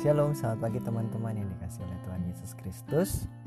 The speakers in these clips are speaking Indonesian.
Shalom, selamat pagi teman-teman yang dikasihi oleh Tuhan Yesus Kristus.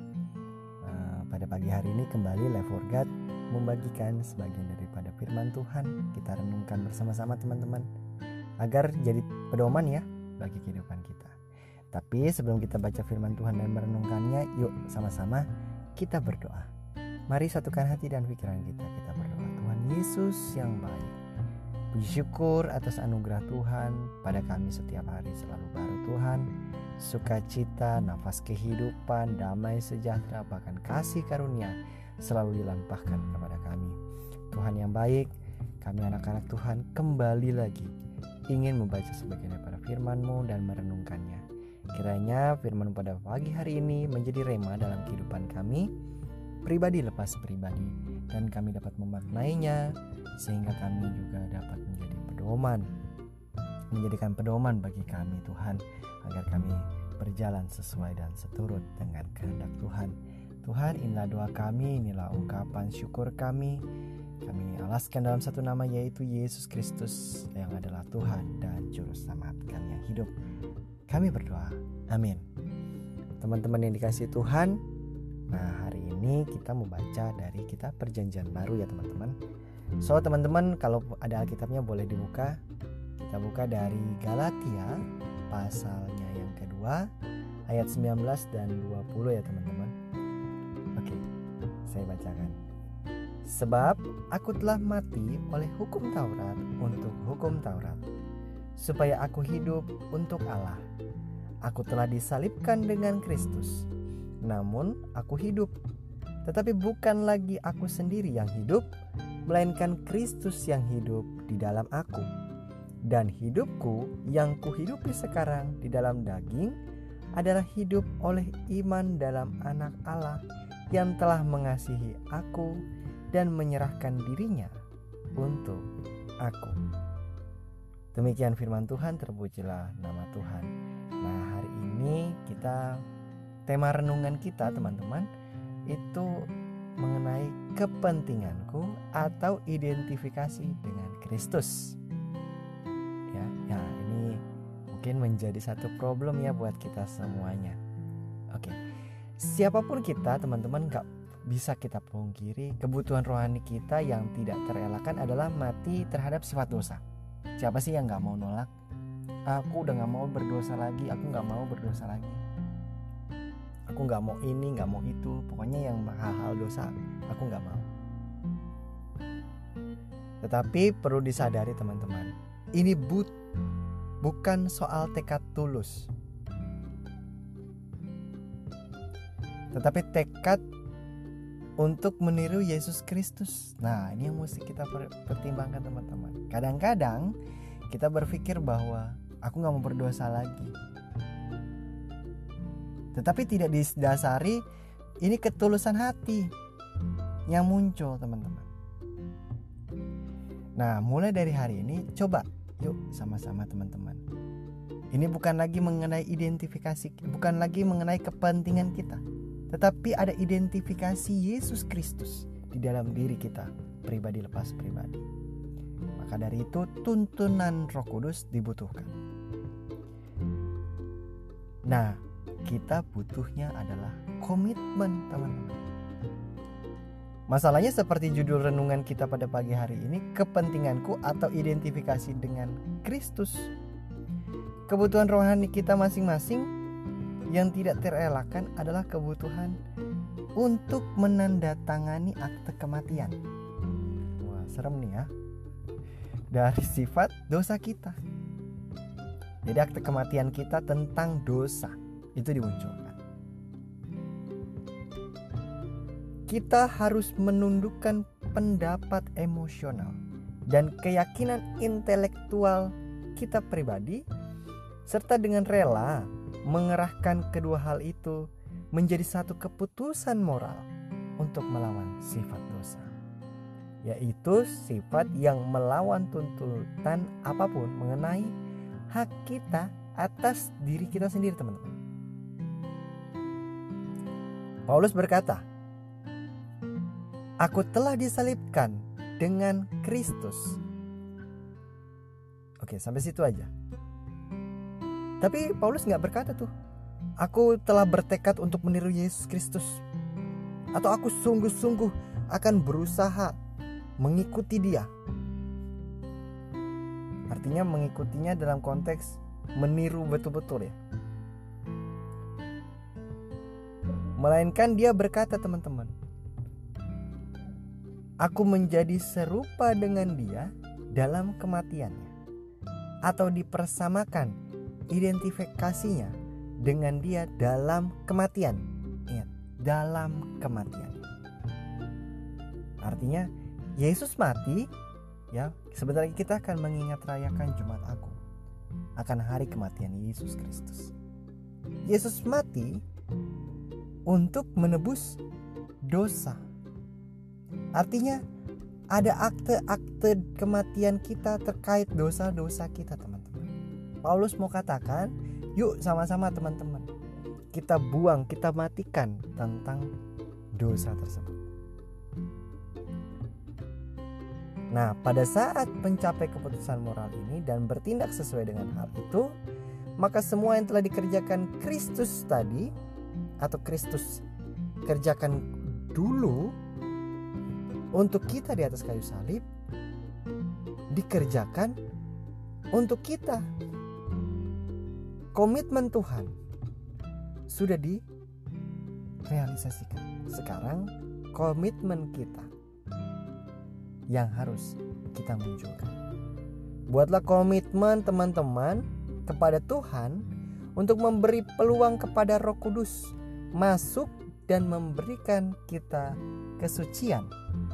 Pada pagi hari ini kembali Life for God membagikan sebagian daripada firman Tuhan. Kita renungkan bersama-sama teman-teman, agar jadi pedoman ya bagi kehidupan kita. Tapi sebelum kita baca firman Tuhan dan merenungkannya, yuk sama-sama kita berdoa. Mari satukan hati dan pikiran kita berdoa. Tuhan Yesus yang baik, puji syukur atas anugerah Tuhan pada kami setiap hari selalu baru Tuhan. Sukacita, nafas kehidupan, damai sejahtera, bahkan kasih karunia selalu dilimpahkan kepada kami. Tuhan yang baik, kami anak-anak Tuhan kembali lagi ingin membaca sebagian daripada firman-Mu dan merenungkannya. Kiranya firman pada pagi hari ini menjadi rema dalam kehidupan kami, pribadi lepas pribadi, dan kami dapat memaknainya sehingga kami juga dapat menjadi pedoman, menjadikan pedoman bagi kami Tuhan, agar kami berjalan sesuai dan seturut dengan kehendak Tuhan. Tuhan, inilah doa kami, inilah ungkapan syukur kami. Kami alaskan dalam satu nama, yaitu Yesus Kristus yang adalah Tuhan dan Juru Selamat kami yang hidup. Kami berdoa, amin. Teman-teman yang dikasihi Tuhan, nah hari ini kita membaca dari kitab Perjanjian Baru ya teman-teman. So teman-teman, kalau ada Alkitabnya boleh dibuka. Kita buka dari Galatia pasalnya yang kedua ayat 19 dan 20 ya teman-teman. Oke, saya bacakan. Sebab aku telah mati oleh hukum Taurat untuk hukum Taurat, supaya aku hidup untuk Allah. Aku telah disalibkan dengan Kristus, namun aku hidup, tetapi bukan lagi aku sendiri yang hidup, melainkan Kristus yang hidup di dalam aku. Dan hidupku yang kuhidupi sekarang di dalam daging adalah hidup oleh iman dalam Anak Allah yang telah mengasihi aku dan menyerahkan dirinya untuk aku. Demikian firman Tuhan, terpujilah nama Tuhan. Nah, hari ini tema renungan kita teman-teman itu mengenai kepentinganku atau identifikasi dengan Kristus. Ya, ini mungkin menjadi satu problem ya buat kita semuanya. Oke, siapapun kita teman-teman, gak bisa kita pungkiri kebutuhan rohani kita yang tidak terelakkan adalah mati terhadap sifat dosa. Siapa sih yang gak mau nolak? Aku udah gak mau berdosa lagi, aku gak mau berdosa lagi, aku gak mau ini, gak mau itu, pokoknya yang hal-hal dosa aku gak mau. Tetapi perlu disadari teman-teman, ini bukan soal tekad tulus, tetapi tekad untuk meniru Yesus Kristus. Nah, ini yang mesti kita pertimbangkan teman-teman. Kadang-kadang kita berpikir bahwa aku gak mau berdosa lagi, tetapi tidak didasari ini ketulusan hati yang muncul teman-teman. Nah, mulai dari hari ini coba yuk sama-sama teman-teman. Ini bukan lagi mengenai identifikasi, bukan lagi mengenai kepentingan kita, tetapi ada identifikasi Yesus Kristus di dalam diri kita, pribadi lepas pribadi. Maka dari itu tuntunan Roh Kudus dibutuhkan. Nah, kita butuhnya adalah komitmen teman-teman. Masalahnya seperti judul renungan kita pada pagi hari ini, kepentinganku atau identifikasi dengan Kristus. Kebutuhan rohani kita masing-masing yang tidak terelakkan adalah kebutuhan untuk menandatangani akte kematian. Wah, serem nih ya. Dari sifat dosa kita. Jadi akte kematian kita tentang dosa itu dimunculkan. Kita harus menundukkan pendapat emosional dan keyakinan intelektual kita pribadi, serta dengan rela mengerahkan kedua hal itu menjadi satu keputusan moral untuk melawan sifat dosa, yaitu sifat yang melawan tuntutan apapun mengenai hak kita atas diri kita sendiri teman-teman. Paulus berkata, aku telah disalibkan dengan Kristus. Oke, sampai situ aja. Tapi Paulus gak berkata tuh, aku telah bertekad untuk meniru Yesus Kristus, atau aku sungguh-sungguh akan berusaha mengikuti dia. Artinya mengikutinya dalam konteks meniru betul-betul ya. Melainkan dia berkata, teman-teman, aku menjadi serupa dengan dia dalam kematiannya, atau dipersamakan identifikasinya dengan dia dalam kematian. Ingat, dalam kematian. Artinya Yesus mati, ya, sebentar lagi kita akan mengingat rayakan Jumat Agung, akan hari kematian Yesus Kristus. Yesus mati untuk menebus dosa. Artinya ada akte-akte kematian kita terkait dosa-dosa kita, teman-teman. Paulus mau katakan, yuk sama-sama teman-teman, kita buang, kita matikan tentang dosa tersebut. Nah, pada saat mencapai keputusan moral ini dan bertindak sesuai dengan hal itu, maka semua yang telah dikerjakan Kristus tadi, atau Kristus kerjakan dulu untuk kita di atas kayu salib, dikerjakan untuk kita. Komitmen Tuhan sudah direalisasikan. Sekarang komitmen kita yang harus kita munculkan. Buatlah komitmen teman-teman kepada Tuhan untuk memberi peluang kepada Roh Kudus masuk dan memberikan kita kesucian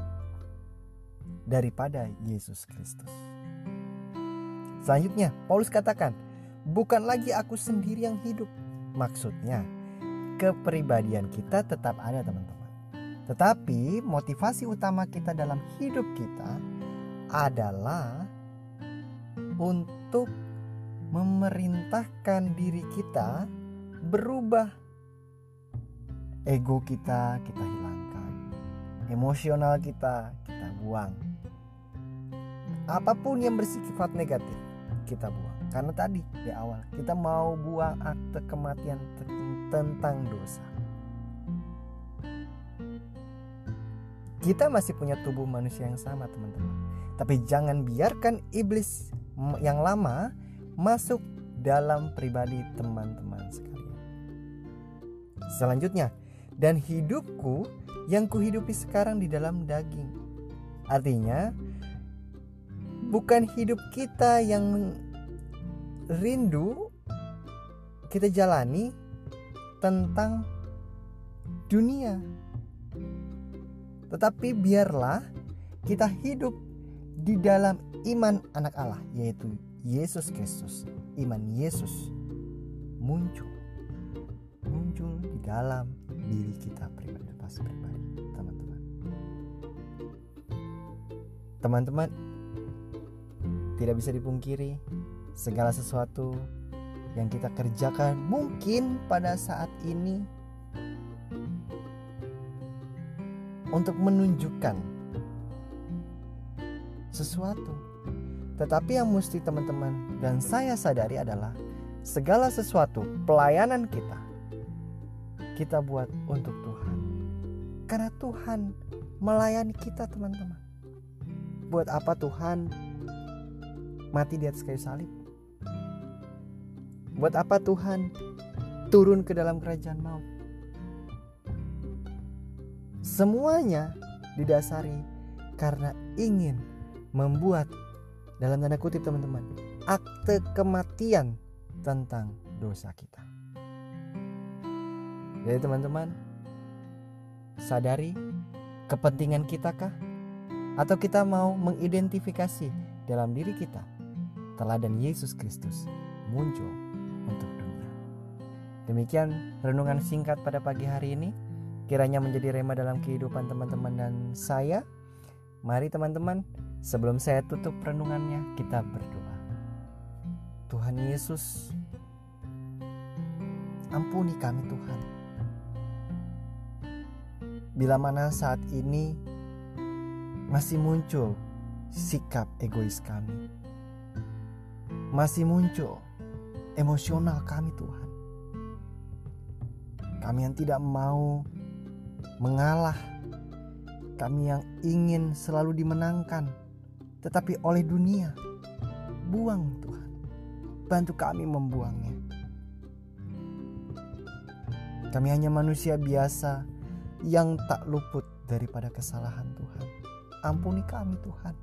daripada Yesus Kristus. Selanjutnya Paulus katakan, bukan lagi aku sendiri yang hidup. Maksudnya kepribadian kita tetap ada, teman-teman. Tetapi motivasi utama kita dalam hidup kita adalah untuk memerintahkan diri kita berubah. Ego kita hilangkan, emosional kita buang. Apapun yang bersifat negatif kita buang. Karena tadi di awal kita mau buang akte kematian tentang dosa. Kita masih punya tubuh manusia yang sama, teman-teman. Tapi jangan biarkan iblis yang lama masuk dalam pribadi teman-teman sekalian. Selanjutnya, dan hidupku yang kuhidupi sekarang di dalam daging. Artinya, bukan hidup kita yang rindu kita jalani tentang dunia, tetapi biarlah kita hidup di dalam iman anak Allah, yaitu Yesus Kristus. Iman Yesus muncul di dalam diri kita pribadi, teman-teman. Tidak bisa dipungkiri, segala sesuatu yang kita kerjakan mungkin pada saat ini untuk menunjukkan sesuatu. Tetapi yang mesti teman-teman dan saya sadari adalah segala sesuatu pelayanan kita buat untuk Tuhan. Karena Tuhan melayani kita, teman-teman. Buat apa Tuhan mati di atas kayu salib? Buat apa Tuhan turun ke dalam kerajaan maut? Semuanya didasari karena ingin membuat, dalam tanda kutip teman-teman, akte kematian tentang dosa kita. Jadi teman-teman, sadari kepentingan kita kah? Atau kita mau mengidentifikasi dalam diri kita teladan Yesus Kristus muncul untuk dunia. Demikian renungan singkat pada pagi hari ini. Kiranya menjadi rema dalam kehidupan teman-teman dan saya. Mari teman-teman, sebelum saya tutup renungannya, kita berdoa. Tuhan Yesus, ampuni kami Tuhan. Bila mana saat ini masih muncul sikap egois kami, masih muncul emosional kami Tuhan. Kami yang tidak mau mengalah, kami yang ingin selalu dimenangkan, tetapi oleh dunia. Buang Tuhan, bantu kami membuangnya. Kami hanya manusia biasa yang tak luput daripada kesalahan Tuhan. Ampuni kami Tuhan.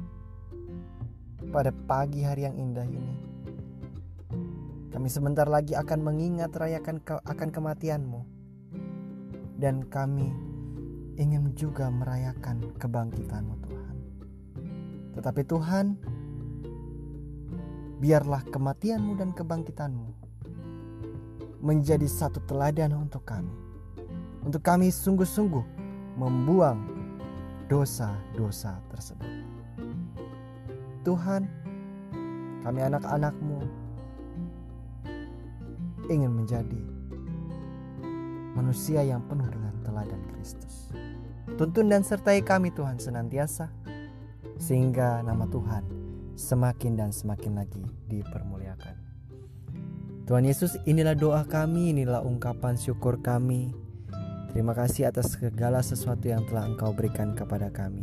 Pada pagi hari yang indah ini, kami sebentar lagi akan mengingat rayakan akan kematian-Mu. Dan kami ingin juga merayakan kebangkitan-Mu Tuhan. Tetapi Tuhan, biarlah kematian-Mu dan kebangkitan-Mu menjadi satu teladan untuk kami. Untuk kami sungguh-sungguh membuang dosa-dosa tersebut. Tuhan, kami anak-anak-Mu ingin menjadi manusia yang penuh dengan teladan Kristus. Tuntun dan sertai kami Tuhan senantiasa, sehingga nama Tuhan semakin dan semakin lagi dipermuliakan. Tuhan Yesus, inilah doa kami, inilah ungkapan syukur kami. Terima kasih atas segala sesuatu yang telah Engkau berikan kepada kami.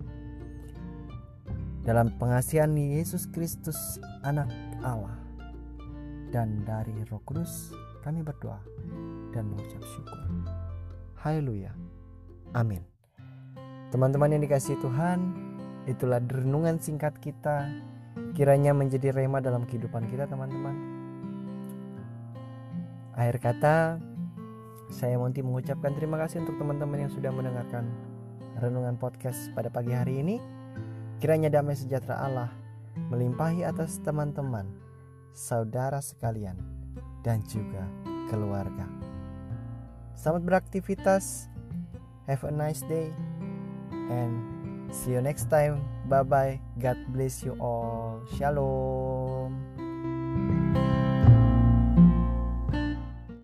Dalam pengasihan Yesus Kristus, Anak Allah, dan dari Roh Kudus, kami berdoa dan mengucap syukur. Haleluya. Amin. Teman-teman yang dikasihi Tuhan, itulah renungan singkat kita. Kiranya menjadi rema dalam kehidupan kita teman-teman. Akhir kata, saya Monty mengucapkan terima kasih untuk teman-teman yang sudah mendengarkan renungan podcast pada pagi hari ini. Kiranya damai sejahtera Allah melimpahi atas teman-teman, saudara sekalian, dan juga keluarga. Selamat beraktivitas. Have a nice day. And see you next time. Bye-bye. God bless you all. Shalom.